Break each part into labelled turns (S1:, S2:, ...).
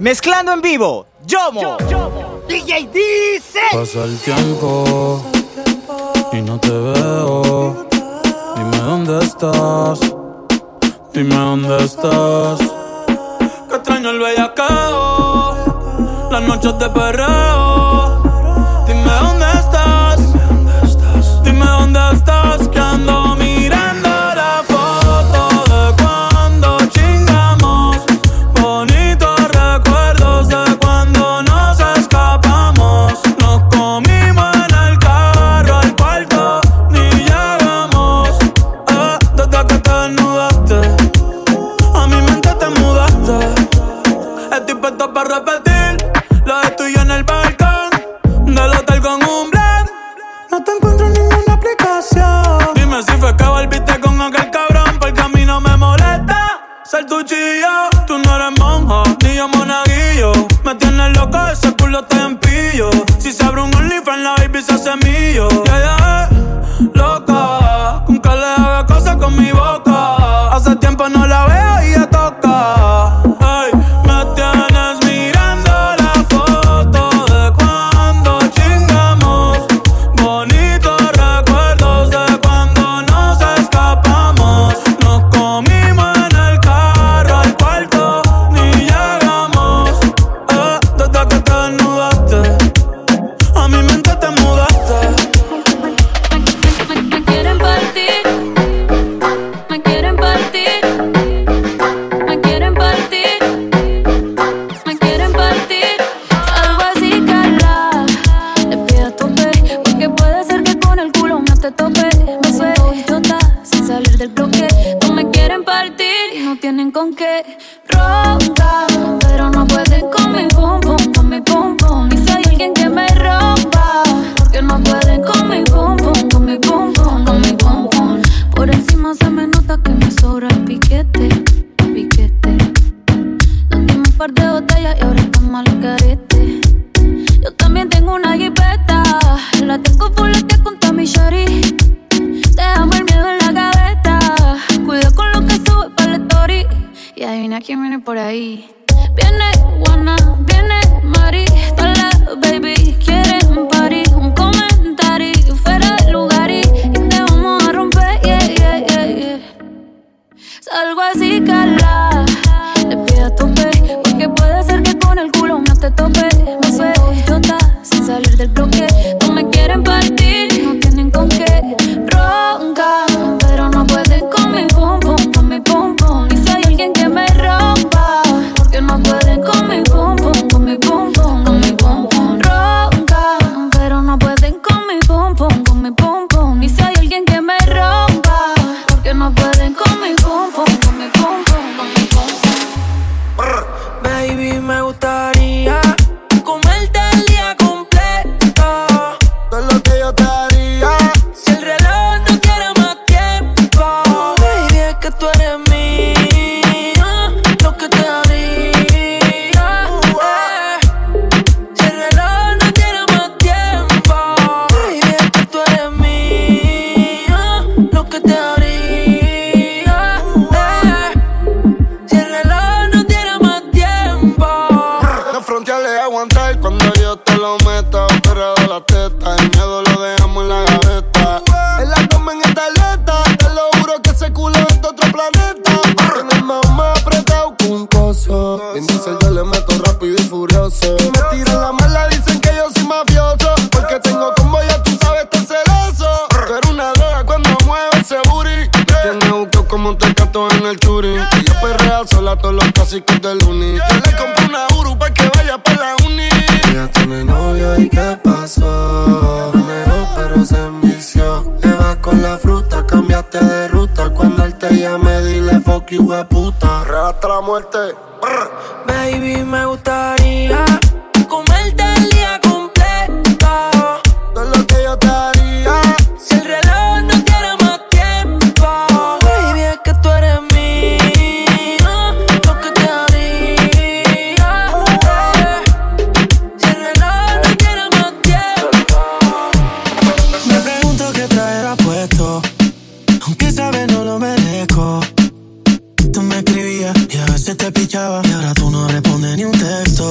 S1: Mezclando en vivo, Yomo. DJ Dice.
S2: Pasa el tiempo y no te veo. Dime dónde estás. Dime dónde estás. Que extraño el bellaqueo, las noches de perreo. Dime dónde estás. Dime dónde estás. Que ando mirando la foto de cuando chingamos. Bonitos recuerdos de cuando nos escapamos. Nos comimos en el carro al cuarto, ni llegamos. Desde que te desnudaste, a mi mente te mudaste. Estoy puesto para repetir lo de tuyo en el balcón del hotel con un blend. No te encuentro en ninguna aplicación. Dime si fue que volviste con aquel cabrón, porque a mí no me molesta ser tu chillo. Tú no eres monja, ni yo monaguillo. Me tienes loco, ese culo te empillo. Si se abre un OnlyFans, la baby se hace mío. Y ella es loca, con que le haga cosas con mi boca. Hace tiempo no la veo y ya toca. Ay, me tienes mirando la foto de cuando chingamos. Bonitos recuerdos de cuando nos escapamos. Nos comimos en el carro al cuarto, ni llegamos. Desde que te desnudaste, a mi mente te mudaste.
S3: Me quieren partir, me quieren partir, me quieren partir, me quieren partir. Salgo así, Carla, le pido a tope, porque puede ser que con el culo no te tope. Me suelto idiota sin salir del bloque. No me quieren partir y no tienen con qué. Roncan, pero no pueden con mi pum pum, con mi pum pum. Y si hay alguien que me rompa, porque no pueden con mi pum pum, con mi pum pum, con mi pum pum. Por encima se me nota que me sobra el piquete, piquete. Nos dimos un par de botellas y ahora estamos al garete. Yo también tengo una jipeta, la tengo fuletea con mi shorty. Dejamos el miedo en la gaveta, cuida con lo que sube para la story. Y adivina quién viene por ahí. Viene Juana, viene Mari, todas las baby quieren party. Un comentario fuera del lugar y te vamos a romper, yeah, yeah, yeah, yeah. Salgo así, Carla, le pido a tope, porque puede ser que con el culo no te tope. Me suelto idiota sin salir del bloque. No me quieren partir, no tienen con qué. Roncan, pero no pueden con mi pum pum, con mi pum pum. Y si hay alguien que me rompa, porque no pueden con mi pum pum, con mi pum pum, con mi pum pum. Roncan, pero no pueden con mi pum pum, con mi pum pum. Y si hay alguien que me rompa, porque no pueden con mi pum pum, con mi pum pum, con mi pum pum.
S4: Baby, me gustaría comerte el día completo.
S5: Todo lo que yo te haría.
S4: Si el reloj no quiere más tiempo, baby, es que tú eres mía, lo que te haría. Si el reloj no quiere más tiempo, baby, es que tú eres mía, lo que te haría. Si el reloj no tiene más tiempo.
S5: No fronteales aguantar cuando yo te lo meta. Pero de la teta, el miedo lo dejamos en la gaveta. En la toma en esta aleta, te lo juro que ese culo es de otro planeta. Tienes más apretado que un coso. Bien dice yo le meto rápido y furioso. Y me tiran la mala, dicen que yo soy mafioso. Porque tengo combo, ya tú sabes, estar celoso. Tú eres una droga cuando mueve ese booty. Tienes buqueo como un tecato en el churi. Y yo perrea sola todos los clásicos del uni. Yo le compré una Uru pa' que vaya pa' la uni. Ella tiene novio y ¿qué pasó? Primero pero se envició. Eva con la fruta, cambiaste de ruta. Cuando él te llame dile fuck you, hueputa. Hasta la muerte.
S4: Baby, me gustaría comerte el día completo.
S5: Todo lo que yo te haría.
S4: Si el reloj no quiere más tiempo, baby, es que tú eres mía, lo que te haría. Si el reloj no quiere más tiempo.
S6: Me pregunto qué traerá puesto, aunque sabes no lo merezco. Tú me escribías y a veces te pichaba, y ahora tú no respondes ni un texto.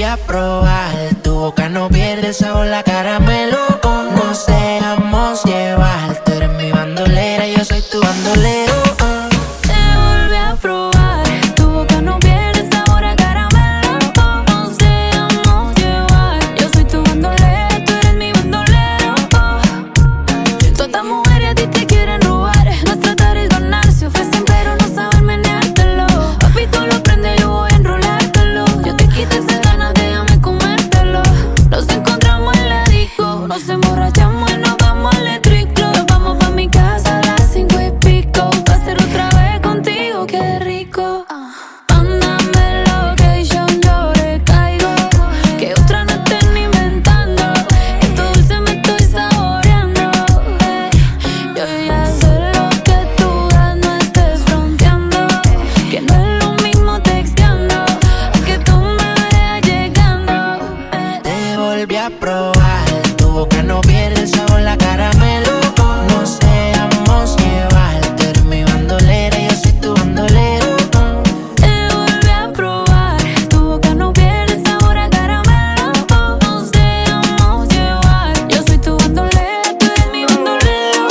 S7: volví a probar. Tu boca no pierde el sabor, la caramelo. Nos dejamos llevar. Tú eres mi bandolera, yo soy tu bandolero.
S3: Te volví a probar. Tu boca no pierde el sabor a caramelo. Nos dejamos llevar. Yo soy tu bandolera, tú eres mi bandolero. Todas las mujeres a ti te quieren robar. No es tratar y ganar, se ofrecen pero no saben meneártelo. Papi, tú lo prendes, yo voy a enrolártelo. Yo te quité esa ganas, déjame comértelo. Nos encontramos en la disco, nos emborrachamos y nos vamos al triclo. Nos vamos pa' mi casa a las 5 y pico. Va a ser otra vez contigo, qué rico. Mándame location, yo le caigo. Que otra no estén inventando. Esto dulce me estoy saboreando. Yo ya sé lo que tú das, no estés fronteando. Que no es lo mismo texteando, aunque tú me veas llegando.
S7: Te volví a probar. Tu boca no pierde el sabor, la caramelo. Nos dejamos llevar. Tú eres mi bandolera, yo soy tu bandolero.
S3: Te volví a probar. Tu boca no pierde el sabor a caramelo. Nos dejamos llevar. Yo soy tu bandolera, tú eres mi bandolero.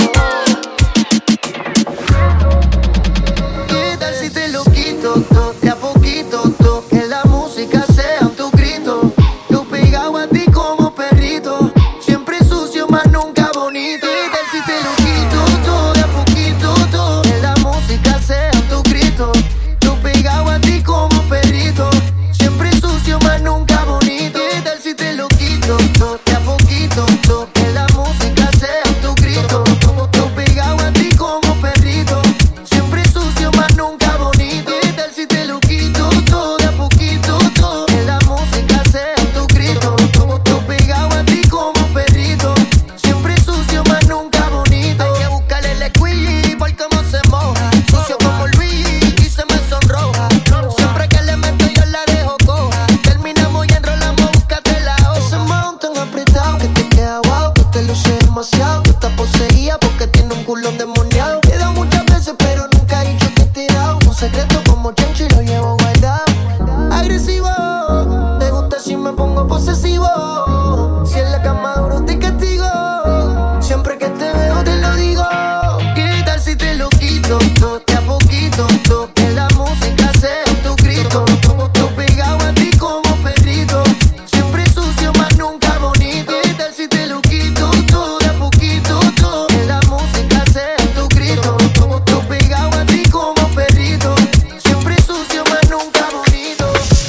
S8: ¿Qué tal si te lo quito todo, de a poquito todo? Que la música sea tu grito. Yo pegado a ti como perrito, siempre sucio más nunca bonito. ¿Qué tal si te lo quito todo, de a poquito todo? Que la música sea tu grito. Yo pegado a ti como perrito, siempre sucio más nunca bonito. ¿Qué tal si te lo quito todo, de a poquito todo? Que la música sea tu grito. Yo pegado a ti como perrito, siempre sucio más nunca bonito. ¿Qué tal si te lo quito todo, de a poquito todo? Que la música sea tu grito. Yo pegado a ti como perrito, siempre sucio más nunca bonito. Hay que buscarle el squeegee por cómo se moja. Sucio como Luigi y se me sonroja. Siempre que le meto yo la dejo coja. Terminamos y enrolamos, búscate la hoja. Ese mount tan apretado que te queda guau, que te luce demasiado. Tú estás poseída porque tiene un culón demoniado. Te he dado muchas veces pero nunca he dicho que te he dado. Un secreto como Chencho y lo llevo guardado. Agresivo, te gusta si me pongo posesivo. Si en la cama duro te castigo. Siempre que te veo te lo digo. ¿Qué tal si te lo quito todo, de a poquito todo? Que la música sea tu grito. Yo pegado a ti como perrito, siempre sucio más nunca bonito. ¿Qué tal si te lo quito todo, de a poquito todo? Que la música sea tu grito. Yo pegado a ti como perrito, siempre sucio más nunca bonito.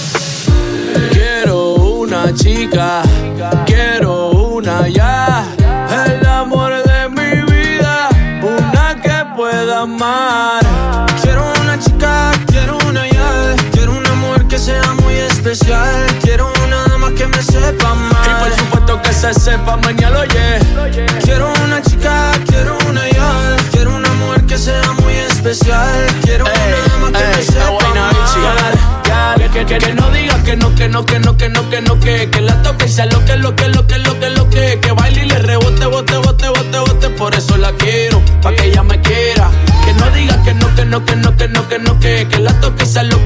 S2: Quiero una chica, quiero una ya. El amor de mi vida, una que pueda amar.
S6: Quiero una chica, quiero una ya. Quiero una mujer que sea muy especial. Quiero una dama que me sepa mal.
S2: Y por supuesto que se sepa mañana, oye.
S6: Quiero una chica, quiero una ya. Quiero una mujer que sea muy especial. Quiero una dama que me sepa mal.
S2: Que no digas que no, que no, que no, que no, que no, que la toque y sea lo que baile y le rebote, bote, bote, bote, bote, por eso la quiero, pa' que ella me quiera. Que no digas que no, que no, que no, que no, que no, que la toque y sea lo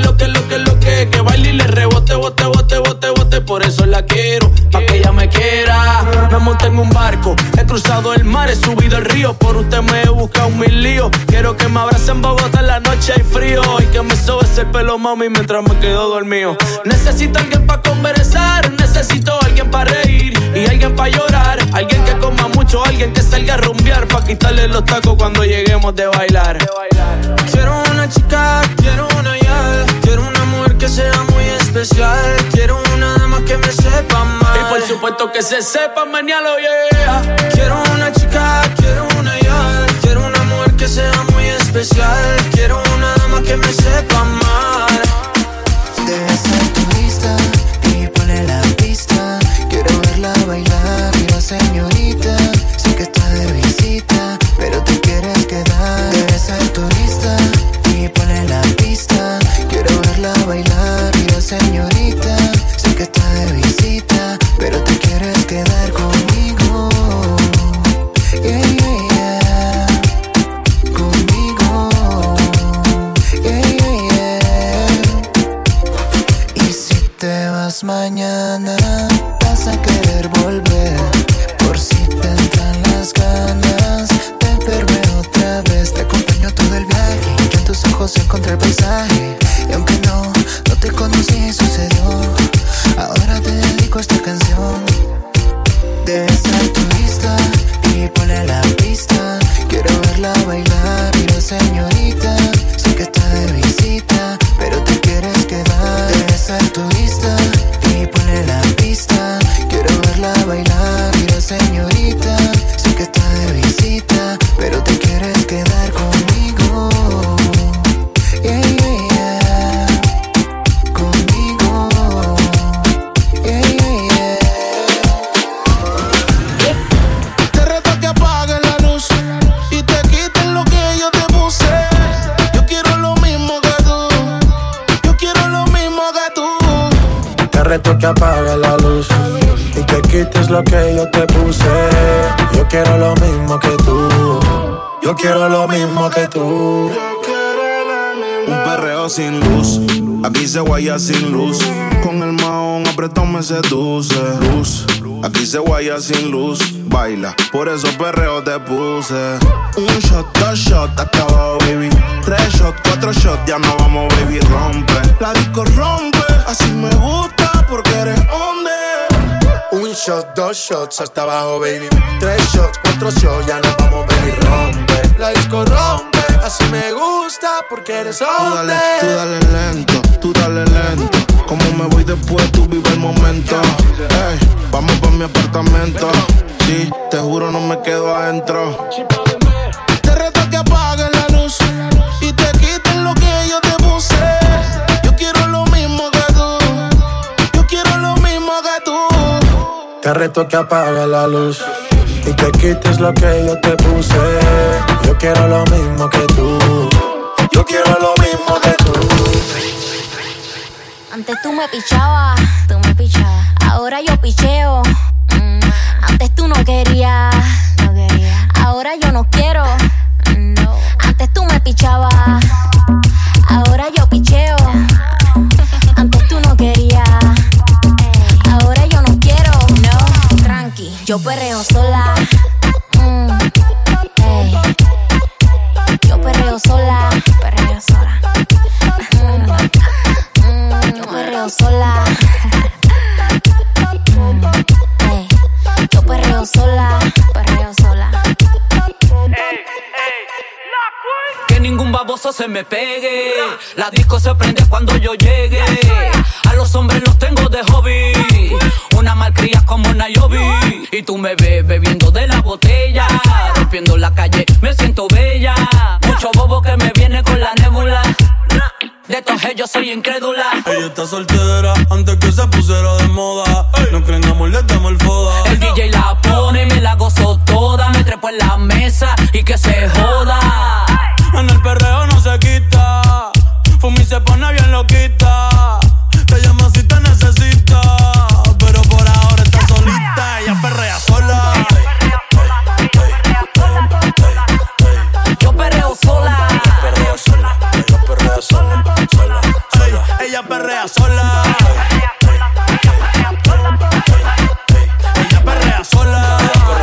S2: que baile y le rebote, bote, bote, bote, bote, por eso la quiero, pa' que ella me quiera. Me monté en un barco, he cruzado el mar, he subido el río, por usted me he buscado 1000 líos. Quiero que me abrace en Bogotá en la noche hay frío y que me sobe ese pelo, mami, mientras me quedo dormido. Necesito alguien pa' conversar, necesito alguien pa' reír y alguien pa' llorar, alguien que coma mucho, alguien que salga a rumbear pa' quitarle los tacos cuando lleguemos de bailar.
S6: Quiero una chica, quiero una ya. Quiero una mujer que sea muy especial. Quiero una dama que me sepa mal.
S2: Y por supuesto que se sepa mañana, yeah.
S6: Quiero una chica, quiero una ya. Quiero una mujer que sea muy especial. Quiero una dama que me sepa mal.
S8: Debe ser turista y pone la pista. Quiero verla bailar, viva señorita. Sé que está de visita, pero te quieres quedar. Debe ser turista y pone la pista. Quiero verla bailar, viva señorita. Sé que está de visita, pero te quieres quedar conmigo. Yeah, yeah, yeah. Conmigo. Yeah, yeah, yeah.
S7: te vas mañana, vas a querer volver. Por si te entran las ganas de verme otra vez. Te acompaño todo el viaje, yo en tus ojos encontré el paisaje. Y aunque no te conocí, sucedió. Ahora te dedico esta canción. Debe estar tu vista y ponle la pista. Quiero verla bailar, mira señorita. Sé que está de visita, pero te quieres quedar. Debe estar tu vista y ponle la pista. Quiero verla bailar, mira señorita. Sé que está de visita, pero te quieres quedar conmigo. Yeah, yeah, yeah. Conmigo. Yeah, yeah, yeah.
S6: Te reto a que apagues la luz y te quites lo que yo te puse. Yo quiero lo mismo que tú. Yo quiero lo mismo que tú.
S2: Te reto que apagues la luz y te quites lo que yo te puse. Yo quiero lo mismo que tú. Yo quiero lo mismo que tú.
S6: Un perreo sin luz, aquí se guaya sin luz. Con el mahón apretado me seduce. Luz, aquí se guaya sin luz. Baila, por eso perreo te puse. Un shot, dos shots, hasta abajo, baby. 3 shots, 4 shots, ya no vamos, baby, rompe. La disco rompe, así me gusta porque eres hombre.
S2: Un shot, 2 shots, hasta abajo, baby. 3 shots, 4 shots, ya nos vamos, baby, rompe. La disco rompe, así me gusta porque eres hombre.
S6: Tú dale lento, tú dale lento. Como me voy después, tú vive el momento. Ey, vamos pa' mi apartamento. Sí, te juro no me quedo adentro. Te reto que apagues la luz y te quites lo que yo te puse. Yo quiero lo mismo que tú. Yo quiero lo mismo que tú.
S2: Te reto que apagues la luz y te quites lo que yo te puse. Yo quiero lo mismo que tú. Yo quiero lo mismo que tú.
S3: Antes tú me pichabas, ahora yo picheo. Antes tú no querías, ahora yo no quiero. Antes tú me pichabas, ahora yo picheo. Antes tú no querías, ahora yo no quiero. No, tranqui, yo perreo sola. Ey. Yo perreo sola, perreo sola. Yo perreo sola. Ey. Yo perreo sola, perreo sola.
S9: Que ningún baboso se me pegue. La disco se prende cuando yo llegue. A los hombres los tengo de hobby. Una malcria como Nayobi. Y tú me ves bebiendo de la botella. Rompiendo la calle, me siento bella. Mucho bobo que me viene con la nébula. De todos ellos soy incrédula.
S2: Ella está soltera antes que se pusiera de moda. No creen amor, le damos el foda.
S9: El DJ la pone y me la gozo toda. Me trepo en la mesa y que se joda.
S2: En el perreo no se quita. Fumi se pone bien loquita. Te llama si te necesita. Pero por ahora está solita. Ella perrea sola.
S9: Yo perreo sola.
S2: Perrea sola. Ella perrea sola. Ella perrea sola. Ella perrea sola.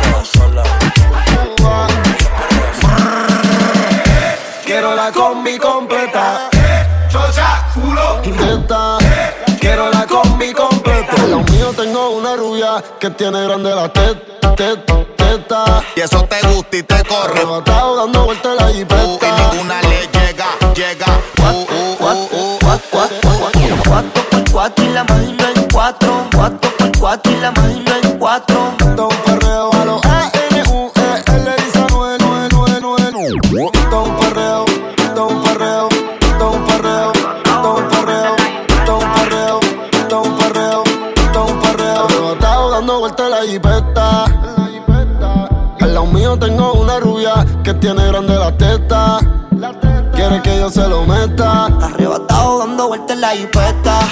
S5: Quiero la combi completa.
S6: Chocha, culo.
S5: Teta. Quiero la combi completa. Lo mío tengo una rubia que tiene grande la teta.
S1: Y eso te gusta y te corre.
S5: Arrebatado dando vueltas la jipeta.
S1: Y ninguna le llega.
S8: 4x4 y la máquina en 4. 4x4 y la máquina en 4.
S5: Esto es un perreo a los A-N-U-E. Él le dice 999. Esto es un perreo, esto es un perreo, esto es un perreo, esto es un perreo, esto es un perreo, esto es un perreo, esto es un perreo. Arrebatado dando vueltas la jipeta. Al lado mío tengo una rubia que tiene grande la teta. Quiere que yo se lo meta.
S8: Arrebatado dando vueltas en la jipeta.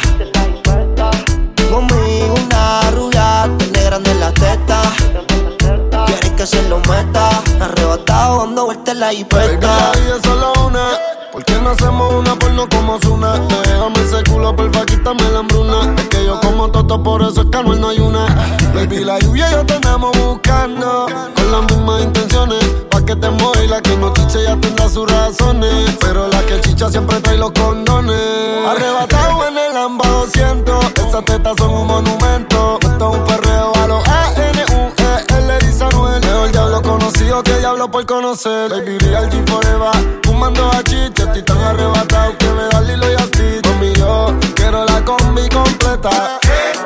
S8: Conmigo una rubia, tiene grande la teta. Quiere que se lo meta. Arrebatado dando vueltas en la
S5: Baby,
S8: jipeta.
S5: la vida es solo una. ¿Por qué no hacemos una porno como Zuna? Déjame ese culo, porfa, quítame la hambruna. Es que fotos, por eso es que Anuel no hay una. Baby, la lluvia y yo te andamos buscando con las mismas intenciones. Pa' que te mueva y la que no chiche ya tendrá sus razones. Pero la que chicha siempre trae los condones. Arrebatado en el Lamba 200, esas tetas son un monumento. Esto es un perreo a los A-N-U-E-L, dice Anuel. Mejor diablo conocido que diablo por conocer. Baby, real G forever, fumando hachiche. Estoy tan arrebatado que me da Lilo y Asti. Conmigo quiero la combi completa.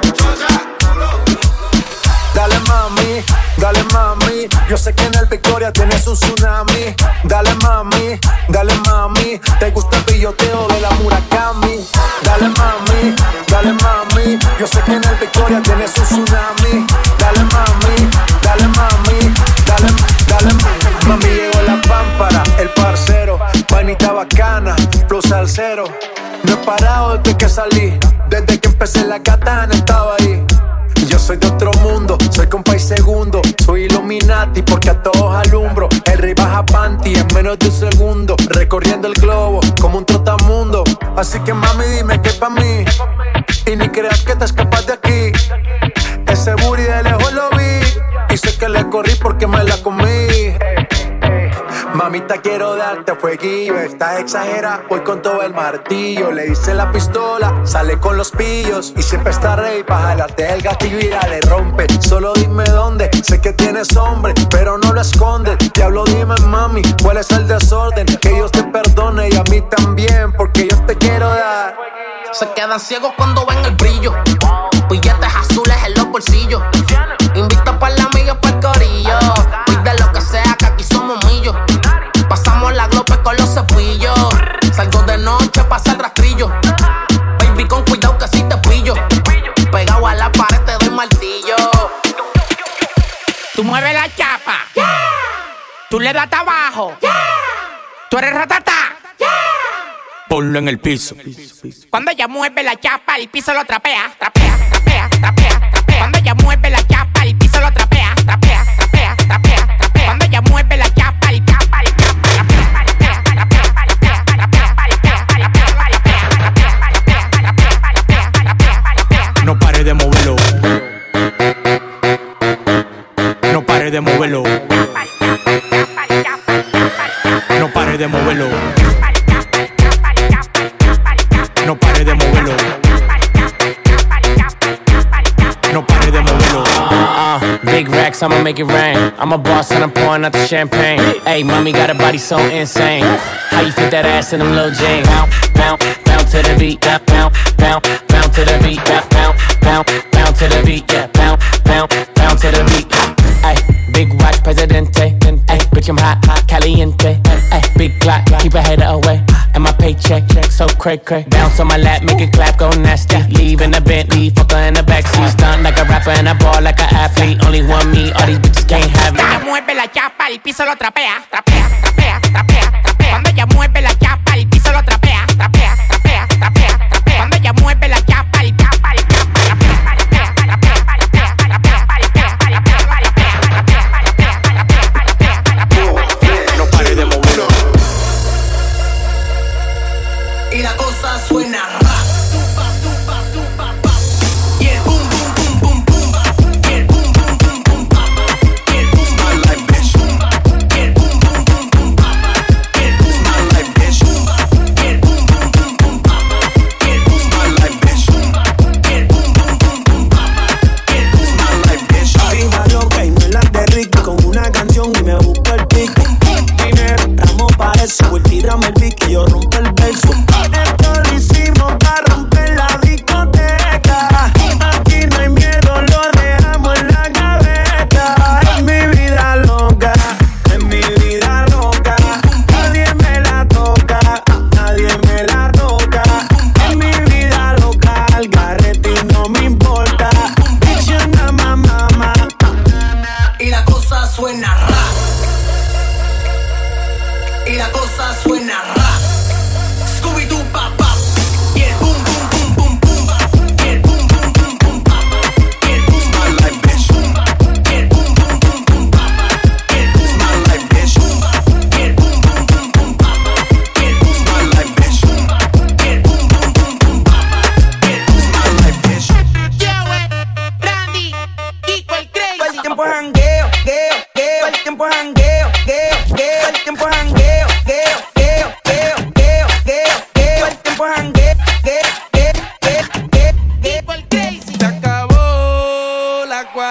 S10: Dale mami, yo sé que en el Victoria tienes un tsunami. Dale mami, te gusta el pilloteo de la Murakami. Dale mami, yo sé que en el Victoria tienes un tsunami. Dale mami, mami llegó la pámpara, el parcero, vainita bacana, flow salsero. No he parado desde que salí, desde que empecé la katana estaba ahí. Yo soy de otro mundo, soy compa y segundo. Soy Illuminati porque a todos alumbro. El rey baja panty en menos de un segundo, recorriendo el globo como un trotamundo. Así que mami dime que es pa' mí, y ni creas que te escapas de aquí. Ese booty de lejos lo vi, y sé que le corrí porque me la comí. Mamita, quiero darte fueguillo. Estás exagera, voy con todo el martillo. Le hice la pistola, sale con los pillos. Y siempre está rey pa' jalarte el gatillo y la le rompe. Solo dime dónde, sé que tienes hombre, pero no lo escondes. Diablo, dime mami, cuál es el desorden. Que Dios te perdone y a mí también, porque yo te quiero dar.
S11: Se quedan ciegos cuando ven el brillo. Billetes azules en los bolsillos. Invita para la amiga para el corillo. Pide lo que sea, que aquí somos millos. Pasamos la glope con los cepillos. Salgo de noche, pasa el rastrillo. Baby, con cuidado que si te pillo. Pegado a la pared te doy martillo.
S1: Tú mueves la chapa, yeah. Tú le das abajo, yeah. Tú eres ratata, yeah. Ponlo en el piso. Cuando ella mueve la chapa, el piso lo trapea, trapea, trapea, trapea, trapea. Cuando ella mueve la chapa, el piso lo trapea, trapea, trapea, trapea, trapea. Cuando ella mueve la chapa, el chapa, el chapa, trapea, trapea, trapea, trapea, trapea, trapea, trapea. No pare de moverlo. No pare de moverlo. No pare de moverlo. No pare de moverlo. No pare de moverlo.
S12: Big racks, I'ma make it rain. I'm a boss and I'm pouring out the champagne. Hey, mommy got a body so insane. How you fit that ass in them little jeans? Bounce, bounce, bounce to the beat. Bounce, bounce, bounce to the beat. Bounce, bounce, bounce to the beat. Yeah, bounce, bounce, bounce to the beat. Ay, big watch, Presidente. Ay, bitch, I'm hot, caliente. Ay, big clock, keep a head away. And my paycheck, so cray. Bounce on my lap, make it clap, go nasty. Leave in the Bentley, fuck her in the backseat. Stunt like a rapper and I ball like an athlete. Only one me, all these bitches can't have me.
S1: Ella mueve la chapa, el piso lo trapea, trapea, trapea, trapea, trapea. Cuando ella mueve la chapa, el piso lo trapea, trapea, trapea, trapea, trapea. Cuando ella mueve la chapa, el chapa, el chapa, trapea, trapea, trapea, trapea, trapea, trapea.
S12: No pare de moverlo.
S11: Y la cosa suena rap. Y el boom boom boom boom boom. Y el boom boom boom boom. Y el boom boom boom boom. Y el boom boom boom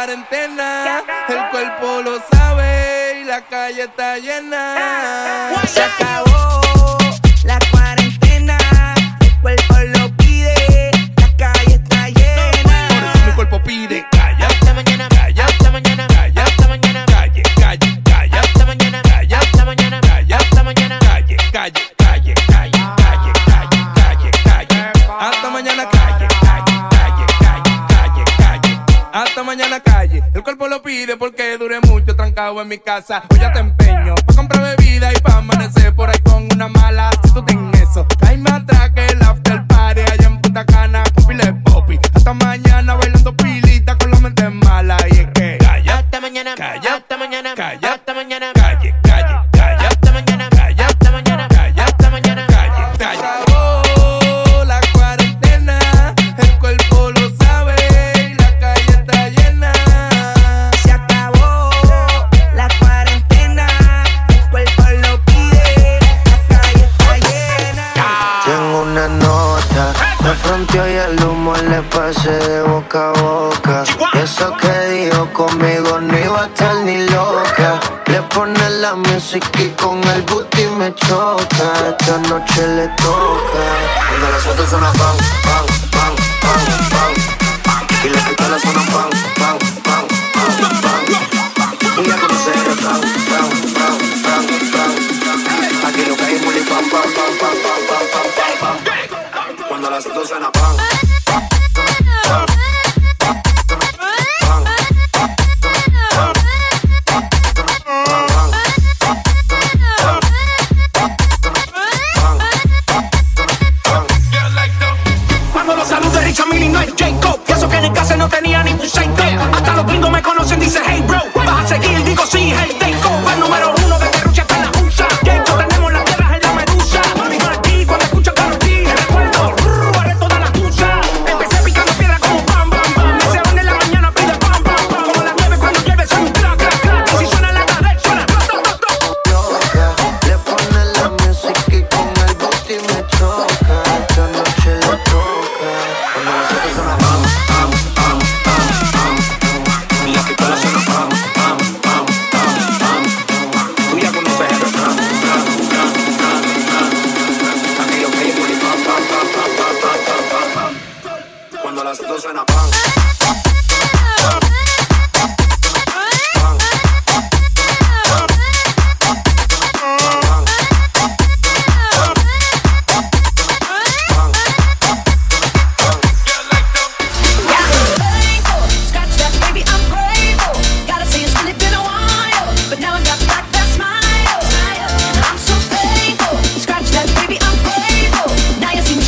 S13: cuarentena, el cuerpo lo sabe y la calle está llena.
S4: Se acabó la cuarentena, el cuerpo lo pide, la calle está llena.
S13: Por eso mi cuerpo pide calla, hasta mañana, calla, hasta mañana, calla, hasta mañana, calle, calle, calla, hasta mañana, calla, hasta mañana, calla, hasta mañana, calle, calle, calle, calle, calle, calle, calle, calle, hasta mañana, calle, calle, calle, calle, calle, calle, hasta mañana, calle. El cuerpo lo pide porque duré mucho trancado en mi casa. Hoy ya te empeño pa' comprar bebida y pa' amanecer por ahí con una mala. Si tú tienes eso, caíme atrás que el after party allá en Punta Cana con pile de popi. Hasta mañana bailando pilita con la mente mala. Y es que calla, hasta mañana, calla, hasta mañana, calla, hasta mañana, calle, calle, calla, hasta mañana, calla, hasta mañana, calla, hasta mañana, calle, calla. Oh, la cuarentena, el cuerpo lo sabe y la calle está llena.
S4: Se acabó la cuarentena, el cuerpo lo pide, la calle está llena.
S8: Tengo una nota, me fronteó y el humo le pasé de boca a boca. Eso que dijo conmigo no iba a estar ni loca. Le pone la música y con el booty me choca. Esta noche le toca. Cuando las fotos suenan bang, bang, bang, bang, bang, y las pistolas suenan bang, bang, bang, bang, bang, y ya conoce el bang, bang, bang, bang, bang. Aquí lo que hay es muy bang, bang, bang, bang, bang, bang, bang, bang. Cuando las fotos suenan bang, bang, bang.
S1: En el caso no tenía ni un cento. Hasta los gringos me conocen, dice hey bro. Vas a seguir, digo sí, hey tengo. El número uno de Derrucha hasta la USA. Jacob, tenemos las tierras en la medusa. Mami con aquí, cuando escucho Karol G. Recuerdo, haré toda la tusa. Empecé picando piedra como bam, bam, bam. Me se van en la mañana, pide bam, bam, bam. Como la nieve cuando llueve, soy un crack, crack, crack. Y si suena la pared, suena crack, crack, crack.
S8: Loca, le pone la música y con el booty me choca. Esta noche le toca. Cuando las fotos suenan bam, bam, bam, bam, bam, y las pistolas suenan bam, bam, bam, bam, bam. Tú ya conoces el bam, bam, bam, bam, bam. Aquí lo que hay es muy bam, bam, bam, bam, bam, bam, bam, bam. Cuando las fotos suenan bam.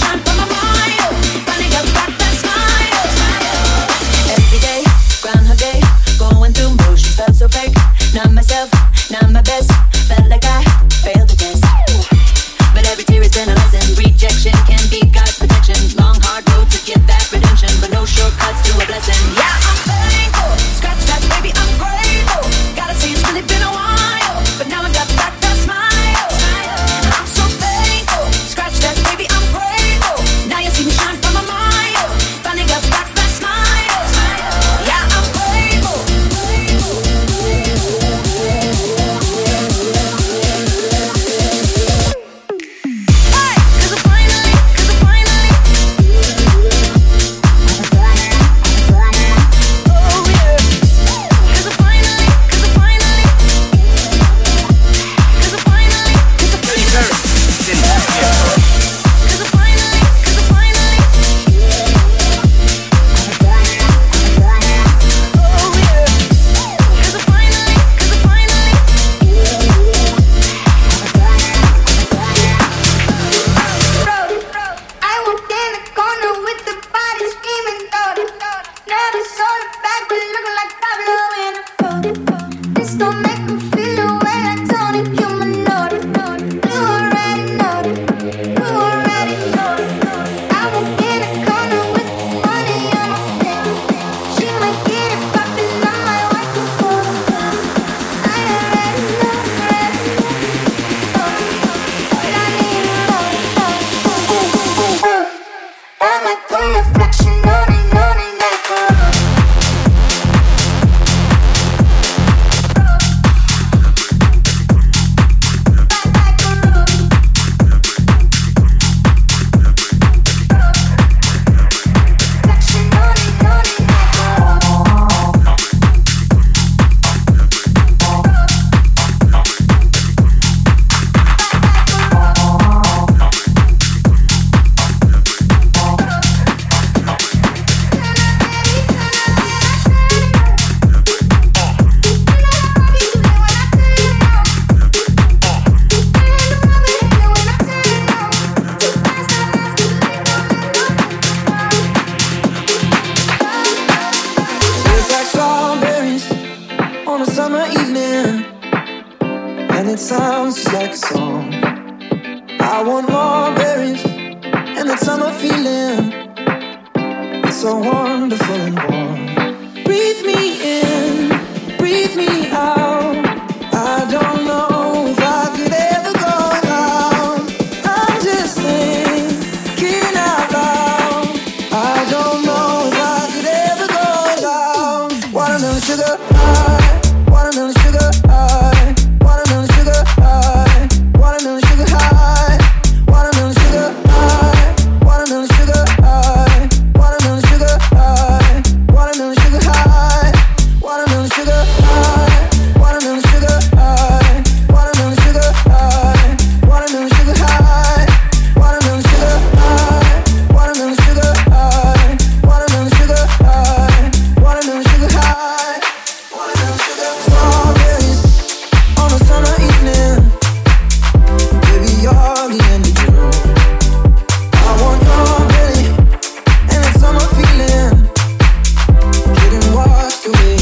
S3: Groundhog Day,
S14: it sounds just like a song. I want more berries and that summer feeling. It's so wonderful and warm. Breathe me in, breathe me out. I don't know if I could ever go down. I'm just thinking out loud. I don't know if I could ever go down. Watermelon sugar high, watermelon sugar high, watermelon sugar high, watermelon sugar high, watermelon sugar high, watermelon sugar high, watermelon sugar high, watermelon sugar high, watermelon sugar high, watermelon sugar high, watermelon sugar high, watermelon sugar high, watermelon sugar high, watermelon sugar high, watermelon sugar high, watermelon sugar high, watermelon sugar. Strawberries on a summer evening, baby you're the end of June. I want your belly and that summer feeling, getting washed away.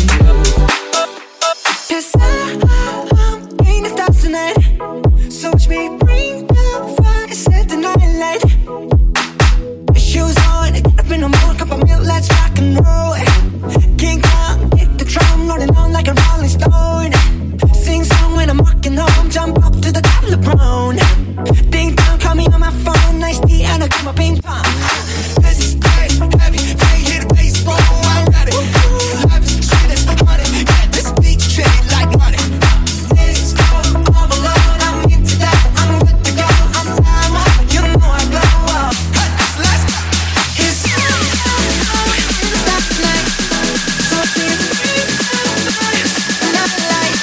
S14: Yes, I'm bringing the stars tonight, so watch me bring the fire, set the night light. Shoes on, up in the morning, cup of milk, let's rock and roll. King Kong, hit the drum, rolling on like a rolling stone. Sing song when I'm walking home, jump up to the top of the brown. Ding dong, call me on my phone, nice tea and I'll get my ping pong. This is heavy, can't hit a baseball, I'm ready. Life is sweet as honey, get this beat straight like money. This go all alone, I'm into that, I'm good to go, I'm time up, you know I blow up. Let's go. It's that night, so please bring the fire, not light.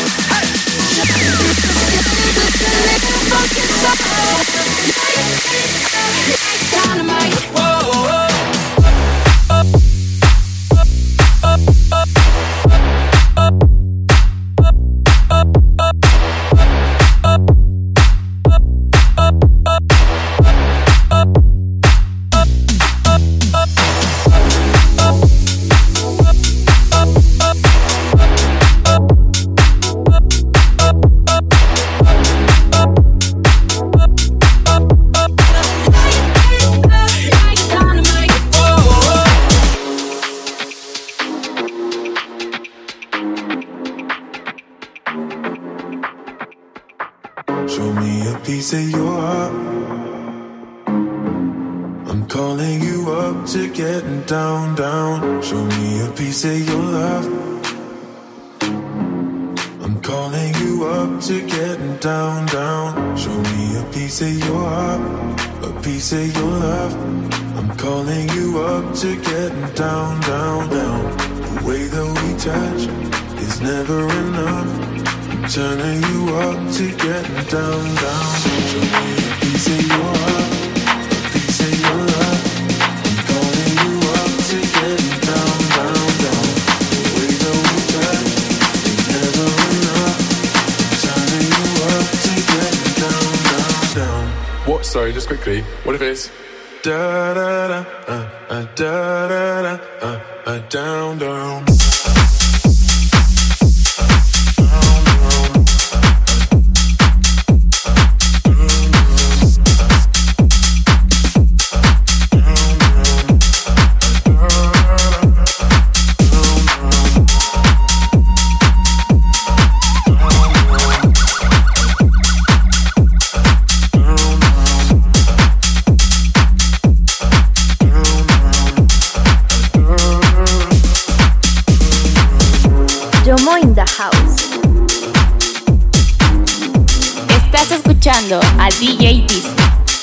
S14: Dynamite.
S15: Show me a piece of your heart. I'm calling you up to getting down, down. Show me a piece of your love. I'm calling you up to getting down, down. Show me a piece of your heart, a piece of your love. I'm calling you up to getting down, down, down. The way that we touch is never enough. Turning you up to getting down, down. Show me a piece of your heart, a piece of your love. I'm calling you up to getting down, down, down. The way that we touch is never enough. Turning you up to getting down, down, down.
S16: What? Sorry, just quickly. What if it's
S15: da da da da da da down, down.
S17: Yomo in the house. Estás escuchando a DJ Disney.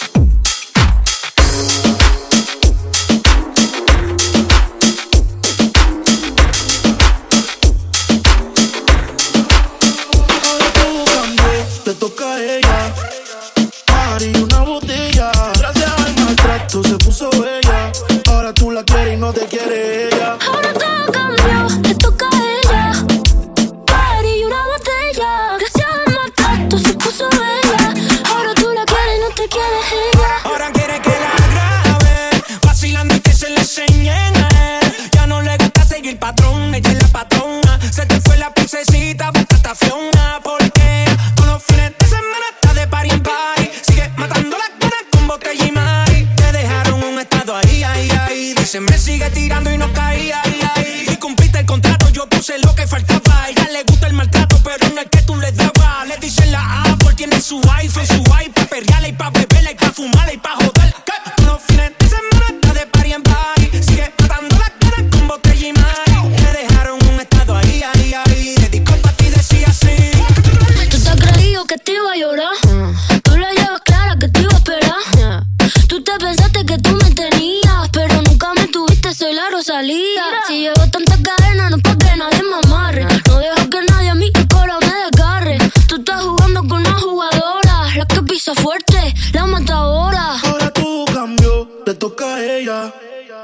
S18: Le toca a ella, Mari, una botella. Gracias al maltrato se puso bella. Ahora tú la quieres y no te quiere ella.
S3: Ahora todo cambió, le toca a ella. Mari, una botella. Gracias al maltrato se puso bella. Ahora tú la quieres y no te quiere. Mira, si llevo tantas cadenas, no es pa' que nadie me amarre. No dejo que nadie a mí el coro me desgarre. Tú estás jugando con una jugadora, la que pisa fuerte, la matadora.
S18: Ahora todo cambió, le toca a ella.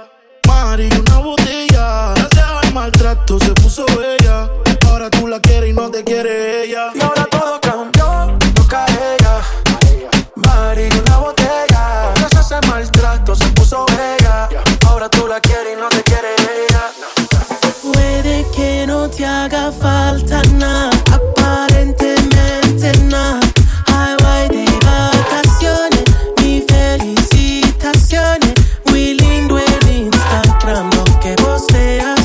S18: Mari, una botella. Gracias al maltrato se puso bella. Ahora tú la quieres y no te quiere ella.
S10: Y ahora todo cambió, le toca a ella. Mari, una botella. Gracias al maltrato se puso bella. Ahora tú la quieres y no te quiere ella.
S14: Puede que no te haga falta nada, aparentemente nada. Ay, voy de vacaciones, mis felicitaciones. Muy lindo el Instagram, lo que posteas,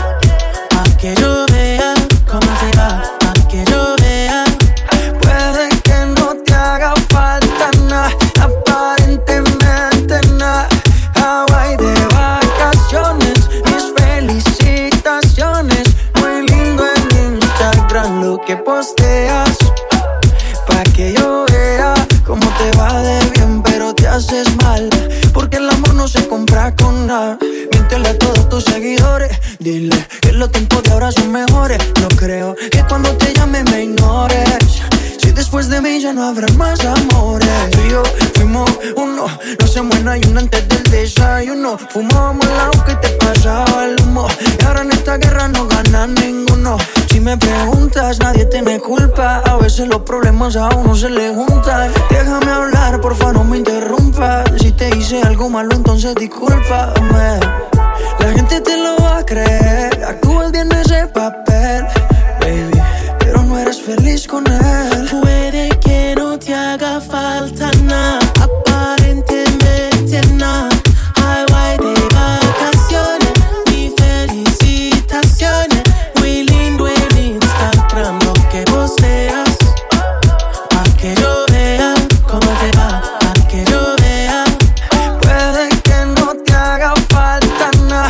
S14: pa' que yo vea cómo te va, pa' que yo vea.
S10: Puede que no te haga falta nada, aparentemente nada. Hawaii de vacaciones, mis felicitaciones. Muy lindo en Instagram lo que posteas, pa' que yo vea cómo te va de bien, pero te haces mal, porque el amor no se compra con nada. Miéntele a todos tus seguidores, dile que los tiempos de ahora son mejores. No creo que cuando te llame me ignores, si después de mí ya no habrá más amores. Tú y yo fuimos uno, no se muera y uno antes del desayuno. Fumábamos el agua que te pasaba el humo, y ahora en esta guerra no gana ninguno. Si me preguntas, nadie tiene culpa, a veces los problemas a uno se le juntan. Déjame hablar, porfa, no me interrumpas. Si te hice algo malo, entonces discúlpame. La gente te lo va a creer, actúas bien ese papel, baby, pero no eres feliz con él.
S14: Puede que no te haga falta nada, aparentemente nada. Ay, voy de vacaciones, mis felicitaciones. Muy lindo en Instagram lo que posteas, pa' que yo vea cómo te va, pa' que yo vea.
S10: Puede que no te haga falta nada,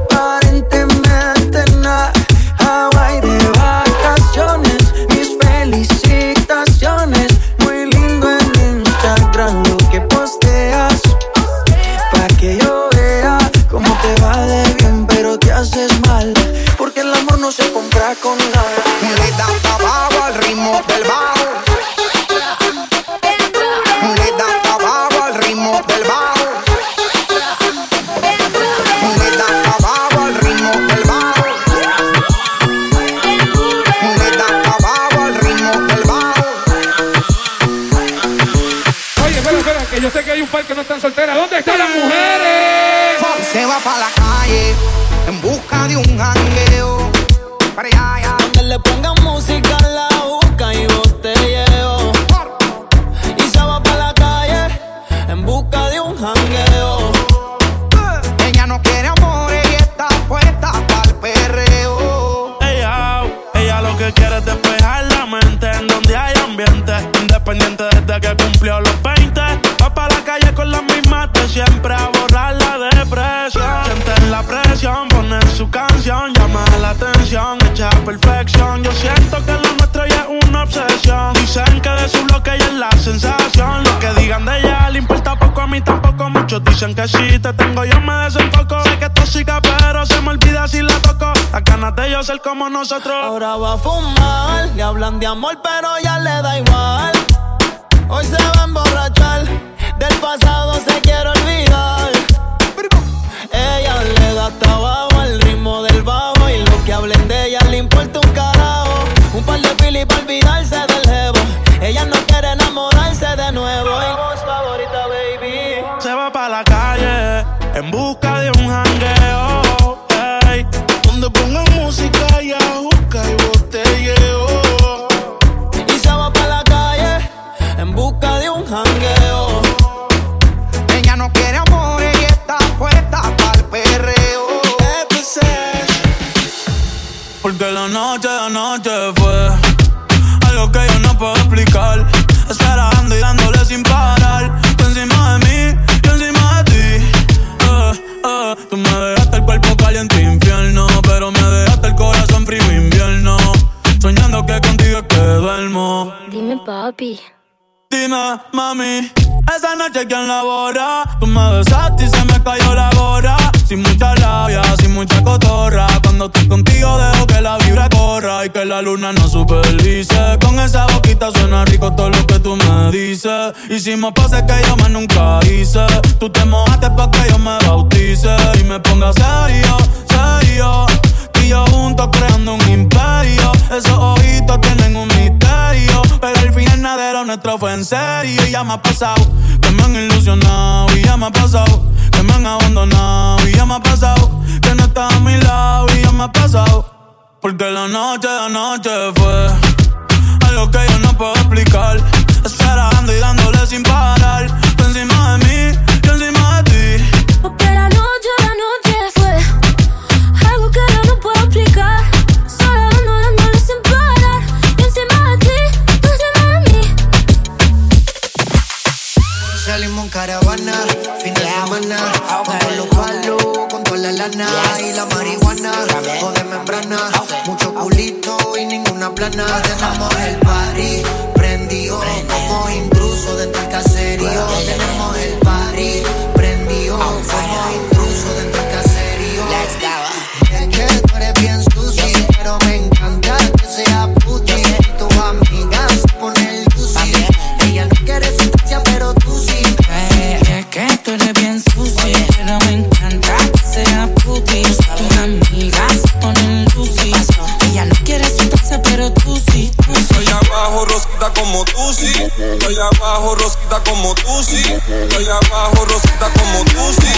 S10: aparentemente nada. Hawaii de vacaciones, mis felicitaciones. Muy lindo en Instagram lo que posteas, pa' que yo vea cómo te va de bien, pero te haces mal, porque el amor no se compra con nada.
S11: Le da trabajo al ritmo del bajo. Le da trabajo al ritmo del bajo. Le da trabajo al ritmo del bajo. Le da trabajo al ritmo del bajo.
S13: Oye, espera, que yo sé que hay un par que no están solteras. ¿Dónde están las mujeres?
S11: Se va pa' la calle en busca de un jangueo. Para allá,
S4: donde le pongan música, la busca y botelleo. Y se va pa' la calle en busca de un jangueo.
S11: Ella no quiere amor y está puesta pa'l perreo.
S18: Ella lo que quiere es despejar la mente en donde hay ambiente. Independiente desde que cumplió los 20. Va pa' la calle con las mismas de siempre a borrar la depresión. Siente la presión, poner su canción, llama la atención, echa perfección. Yo siento que lo nuestro ya es una obsesión. Dicen que de su bloque ella es la sensación. Lo que digan de ella le importa poco, a mí tampoco. Muchos dicen que si te tengo yo me desenfoco. Sé que es tóxica pero se me olvida si la toco. Las ganas de yo ser como nosotros.
S4: Ahora va a fumar, le hablan de amor pero ya le da igual. Hoy se va a emborrachar, del pasado se quiere olvidar. Ella le da trabajo al ritmo del bajo, y lo que hablen de ella le importa un carajo. Un par de pili para olvidarse del jevo. Ella no quiere enamorarse de nuevo. Y voz favorita, baby.
S18: Se va pa' la calle en busca de un jangueo, hey, donde pongan música y ajuca y botelleo.
S4: Y se va pa' la calle en busca de un jangueo.
S11: Ella no quiere amor y está puesta pa'l perreo.
S2: Porque la noche de anoche fue algo que yo no puedo explicar. Esperando y dándole sin parar. Tú encima de mí, yo encima de ti. Tú me dejaste el cuerpo caliente infierno, pero me dejaste el corazón frío invierno. Soñando que contigo es que duermo.
S3: Dime, papi.
S2: Dime, mami. Esa noche quien la borra. Tú me besaste y se me cayó la gorra. Sin mucha labia, sin mucha cotorra. Cuando estoy contigo dejo que la vibra corra y que la luna no supervise. Con esa boquita suena rico todo lo que tú me dices. Hicimos pases que yo más nunca hice. Tú te mojaste pa' que yo me bautice y me ponga serio, serio. Y yo juntos creando un imperio. Esos ojitos tienen un misterio, pero al final nada de lo nuestro fue en serio. Y ya me ha pasado que me han ilusionado. Y ya me ha pasado que me han abandonado. Y ya me ha pasado que no estás a mi lado. Y ya me ha pasado porque la noche de anoche fue algo que yo no puedo explicar. Esperando y dándole sin parar. Tú encima de mí, yo encima de ti.
S3: Porque la noche fue algo que yo no puedo explicar. Solo dándole sin parar. Yo encima de ti, tú encima de mí.
S8: Salimos en caravana, fin de semana. Con todos los palos, con toda la lana y la marihuana. O de membrana, mucho culito y ninguna plana. Tenemos el party prendido como intruso dentro del caserío. Tenemos el party prendido como intruso dentro del caserío. Es que tú eres bien sucio, pero me encanta que sea puti. Tus amigas se ponen el lucy. Ella no quiere sustancia, pero tú sí.
S19: Es que tú eres bien sucio, pero me encanta que sea puti. Tus amigas se ponen lucy. Ella no quiere sustancia, pero tú sí.
S20: Estoy abajo, Rosita, como tú sí. Estoy abajo, Rosita, como tú sí. Estoy abajo, Rosita, como tú sí.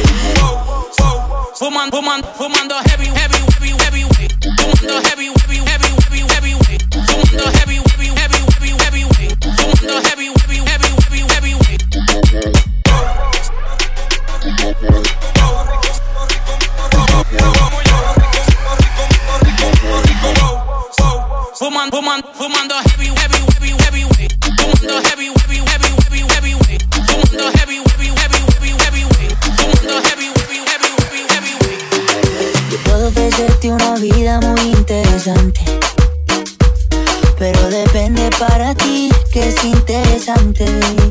S9: Fumando heavy, heavy, heavy, heavyweight. Fumando heavy, heavy, heavy, heavy, heavyweight. Fumando heavy, heavy, heavy, heavy, heavyweight. Fumando heavy, heavy, heavy, heavy, heavyweight. Fumando heavy, heavy, heavy, heavyweight. Fumando heavy, heavy, heavy, heavy, heavyweight. Fumando heavy, heavy, heavy, heavy, heavyweight. Fumando heavy, heavy, heavy, heavy, heavyweight.
S19: Yo puedo ofrecerte una vida muy interesante, pero depende para ti que es interesante.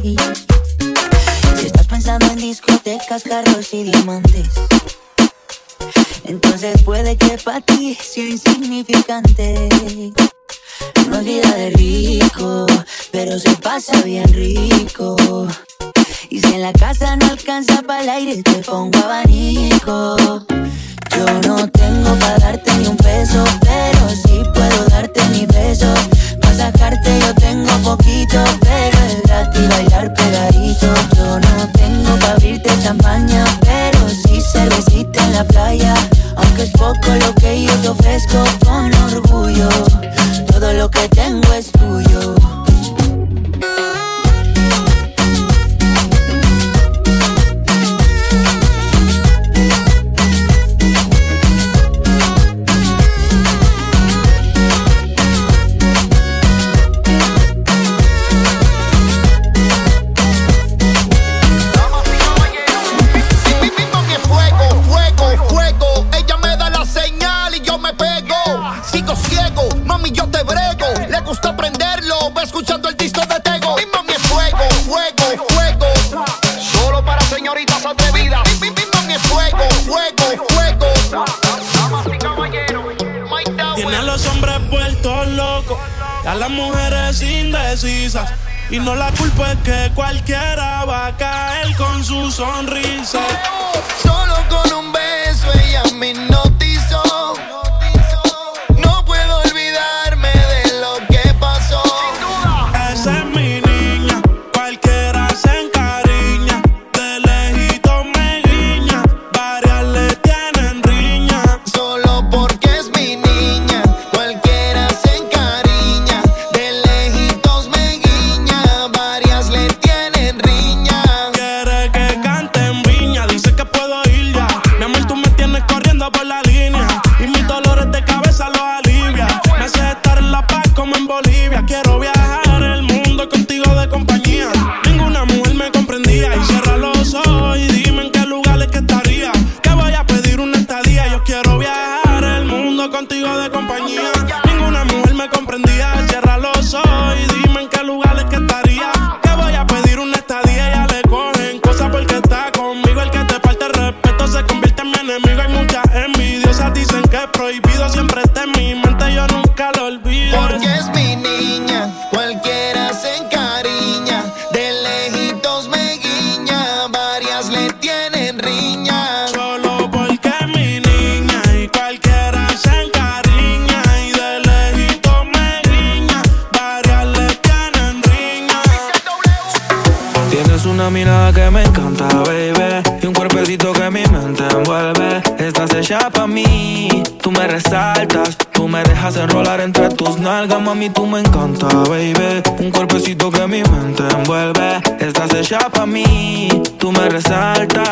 S19: Si estás pensando en discotecas, carros y diamantes, entonces puede que para ti sea insignificante. No es vida de rico, pero se pasa bien rico. Y si en la casa no alcanza para el aire, te pongo abanico. Yo no tengo para darte ni un peso, pero sí puedo darte mi beso. Para sacarte yo tengo poquito, pero es gratis bailar pegadito. Yo no tengo para abrirte champaña, pero sí cervecita en la playa. Aunque es poco lo que yo te ofrezco con orgullo, todo lo que tengo es tuyo.
S18: A las mujeres indecisas, y no la culpa es que cualquiera va a caer con su sonrisa.
S8: Solo con un beso ella me hipnotizó. No puedo olvidarme de lo que pasó.
S18: Esa es mi niña, cualquiera se encariña. De lejito me guiña, varias le tienen riña.
S8: Solo porque es mi niña, cualquiera se encariña. De lejitos me guiña, varias le tienen riña.
S18: Quiere que cante en viña, dice que puedo ir ya. Mi amor, tú me tienes corriendo por la línea. es prohibido siempre está en mi mente, yo nunca lo olvido.
S8: Porque es mi niña, cualquiera se encariña, de lejitos me guiña, varias le tienen riña.
S18: Solo porque es mi niña y cualquiera se encariña, y de lejitos me guiña, varias le tienen riña.
S2: Tienes una mirada que me encanta, baby, y un cuerpecito que mi mente envuelve. Estás hecha pa' mí, tú me resaltas, tú me dejas enrolar entre tus nalgas, mami, tú me encanta, baby. Un cuerpecito que mi mente envuelve. Estás hecha pa' mí, tú me resaltas.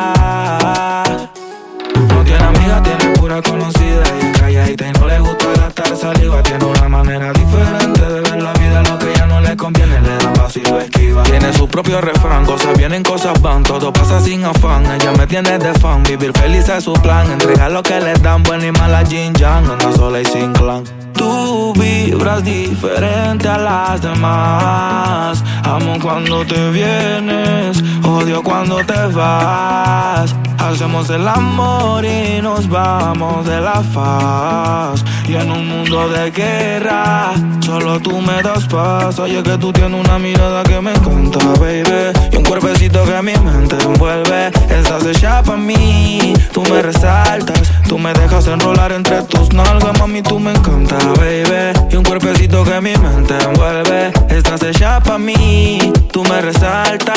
S2: No tiene amiga, tiene pura conocida, y es calladita y no le gusta gastar saliva. Tiene una manera diferente de ver la vida, lo que ella no le conviene le da paso y lo esquiva. Tiene su propio refrán, cosas vienen, cosas van, todo pasa sin afán. Ella me tiene de fan, vivir feliz es su plan. Entrega lo que le dan, buena y mala yin yang, anda sola y sin clan. Tú vibras diferente a las demás. Amo cuando te vienes, odio cuando te vas. Hacemos el amor y nos vamos de la faz. Y en un mundo de guerra, solo tú me das paz. Oye, que tú tienes una mirada que me encanta, baby, y un cuerpecito que mi mente envuelve. Estás hecha pa' mí, tú me resaltas, tú me dejas enrolar entre tus nalgas, mami, tú me encanta, baby, y un cuerpecito que mi mente envuelve. Estás hecha pa' mí, tú me resaltas.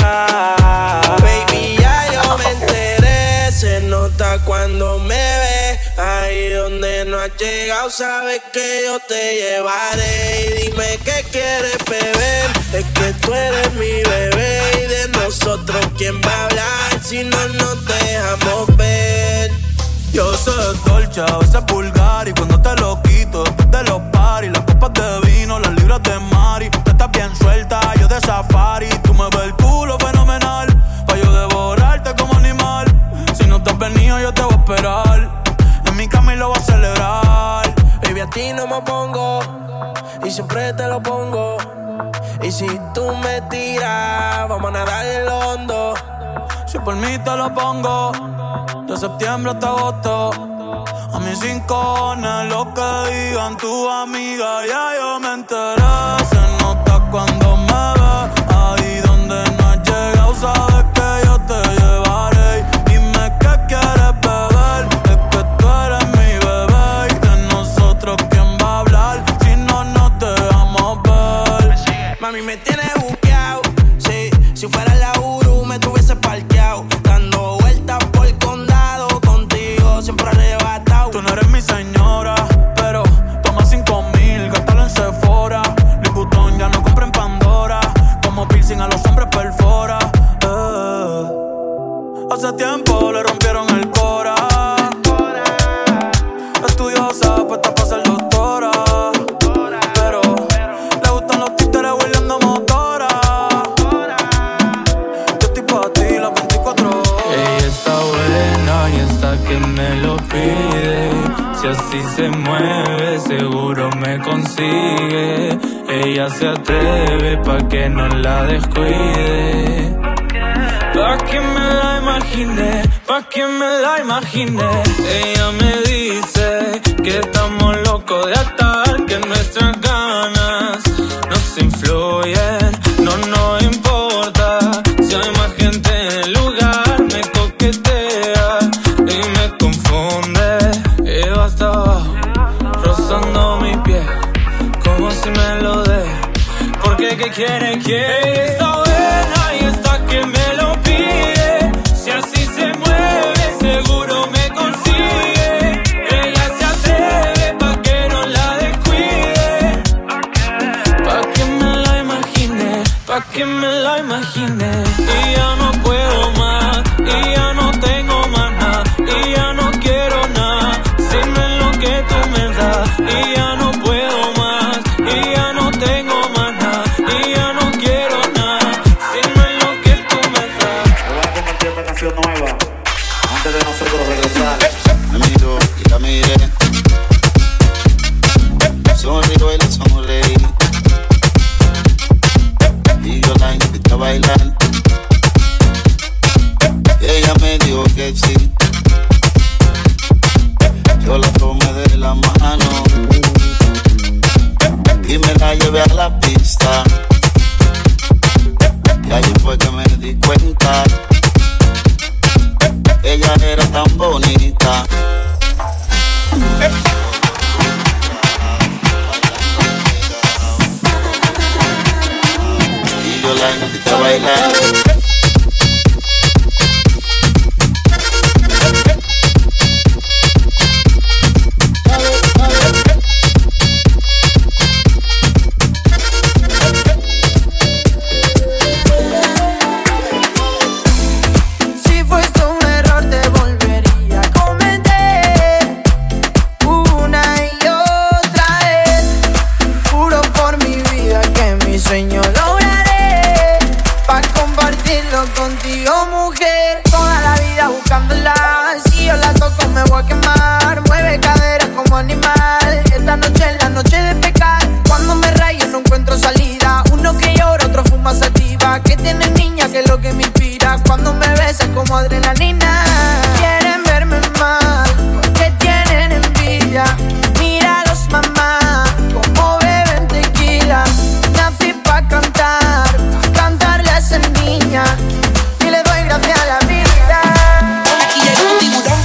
S18: Baby, ya yo me enteré, se nota cuando me ves. Ahí donde no has llegado, sabes que yo te llevaré. Y dime qué quieres beber, es que tú eres mi bebé. Y de nosotros, ¿quién va a hablar si no nos dejamos ver?
S2: Yo soy dolce, a veces vulgar, y cuando te lo quito, después de los paris, las copas de vino, las libras de Mari. Tú estás bien suelta, yo de safari. Tú me ves el culo fenomenal, pa' yo devorarte como animal. Si no te has venido, yo te voy a esperar. En mi cama y lo voy a celebrar.
S18: Baby, a ti no me pongo, y siempre te lo pongo. Y si tú me tiras, vamos a nadar en el hondo.
S2: Si por mí te lo pongo, de septiembre hasta agosto. A mis 5 lo que digan tu amiga, ya yo me enteré. Se nota cuando me ves, ahí donde no has llegado, sabes que yo te llevaré. Dime qué quieres beber, es que tú eres mi bebé. Y de nosotros, ¿quién va a hablar si no nos dejamos ver?
S18: Mami, me tienes buqueado, sí. Si fuera la Uru, me tuviese parqueado, dando vueltas por el condado, contigo siempre arrebatado.
S2: Tú no eres mi señora, pero toma 5,000, gástalo en Sephora. Louis Vuitton ya no compra en Pandora, como piercing a los hombres perfora. Hace tiempo le rompieron el cora. Estudiosa, puesta pa' ser doctora, pero le gustan los títeres hueliendo motora. Yo estoy pa' ti las 24 horas.
S21: Ella está buena y está que me lo pide. Si así se mueve, seguro me consigue. Ella se atreve pa' que no la descuide. Pa' que me la imagine, pa' que me la imagine. Ella me dice que estamos locos de atar, que nuestras ganas nos influyen. No nos importa si hay más gente en el lugar. Me coquetea y me confunde. Eva hasta abajo, rozando mi pie, como si me lo dé. Porque que quiere, quiere. Está buena y está que me lo pide. Si así se mueve, seguro me consigue. Ella se atreve pa' que no la descuide. Pa' que me la imagine, pa' que me la imagine. Y ya no puedo más, y ya no tengo más nada, y ya no quiero nada, si no es lo que tú me das. Y ya no puedo más, y ya no tengo más nada, y ya no quiero nada, si no es lo que tú me das.
S22: Me voy a compartir esta canción nueva antes de nosotros regresar.
S5: Me miro y la miré, sonrío y la sonreí, y yo la invité a bailar. Y ella me dijo que sí, yo la tomé
S1: baile.
S4: Si fuiste un error te volvería a cometer una y otra vez. Juro por mi vida que mi sueño lograré pa' compartirlo contigo, mujer. Toda la vida buscándola, si yo la toco me voy a quemar. Mueve cadera como animal, esta noche es la noche de pecar. Cuando me rayo no encuentro salida, uno que llora, otro fuma sativa. Que tiene niña que es lo que me inspira, cuando me besas como adrenalina. Quieren verme mal, porque tienen envidia. Míralos mamá, como beben tequila. Nací pa' cantar, cantarle a esa niña. Y le doy gracias a la vida. Aquí llega un tiburón.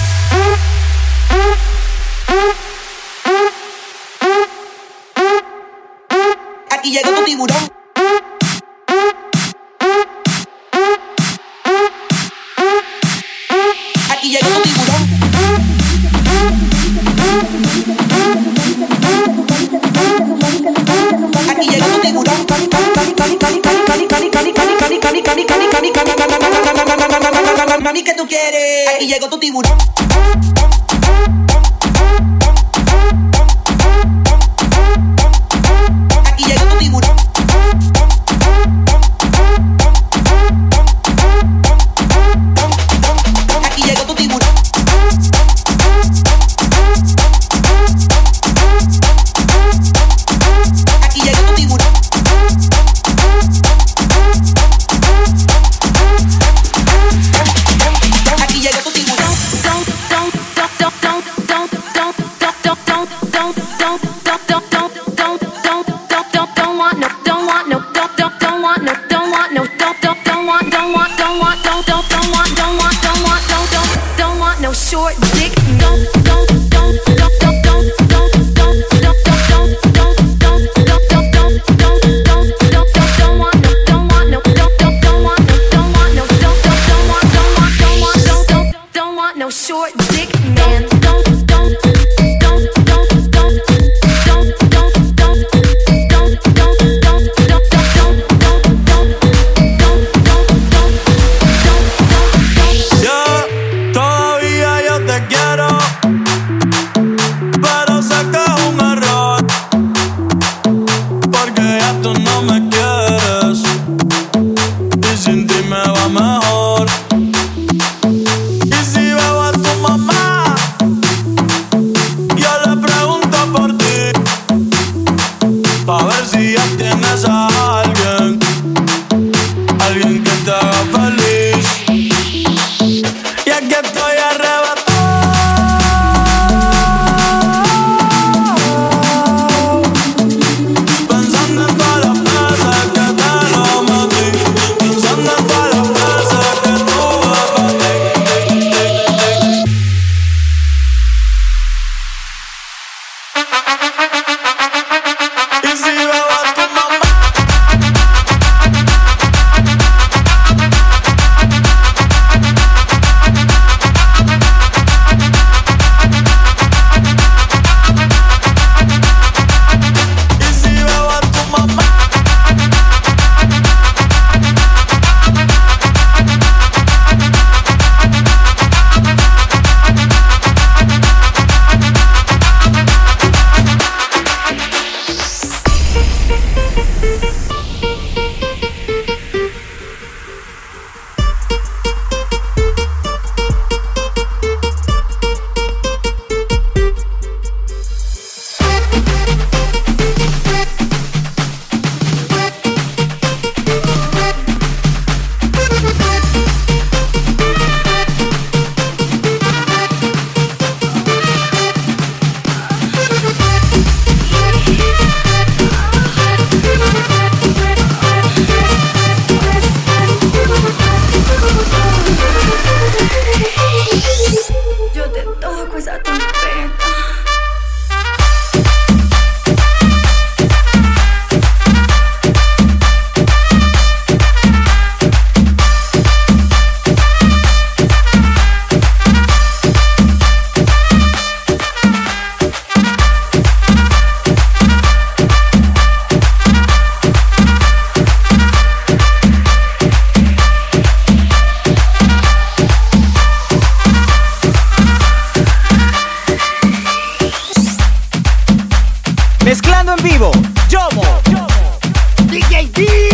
S4: Aquí llega tu tiburón. Aquí llega tu tiburón. Aquí llega tu tiburón. Mami, ¿qué tú quieres? Aquí llegó tu tiburón. Aquí llegó tu tiburón. Aquí llegó tu tiburón. Aquí llegó tu tiburón. Aquí llegó tu tiburón. No short dick. Don't want no short dick man.
S18: Todavía yo te quiero, pero sé que es un error, porque ya tú no me quieres y sin ti me va mejor. Y si veo a tu mamá, yo le pregunto por ti, pa' ver si ya tienes a alguien que te haga feliz. Y aquí estoy arrebatado, pensando en todas las veces que te lo metí, pensando en todas las veces que tuve para ti. Y si veo a tu mamá,
S6: Mezclando en vivo, Yomo. DJ D.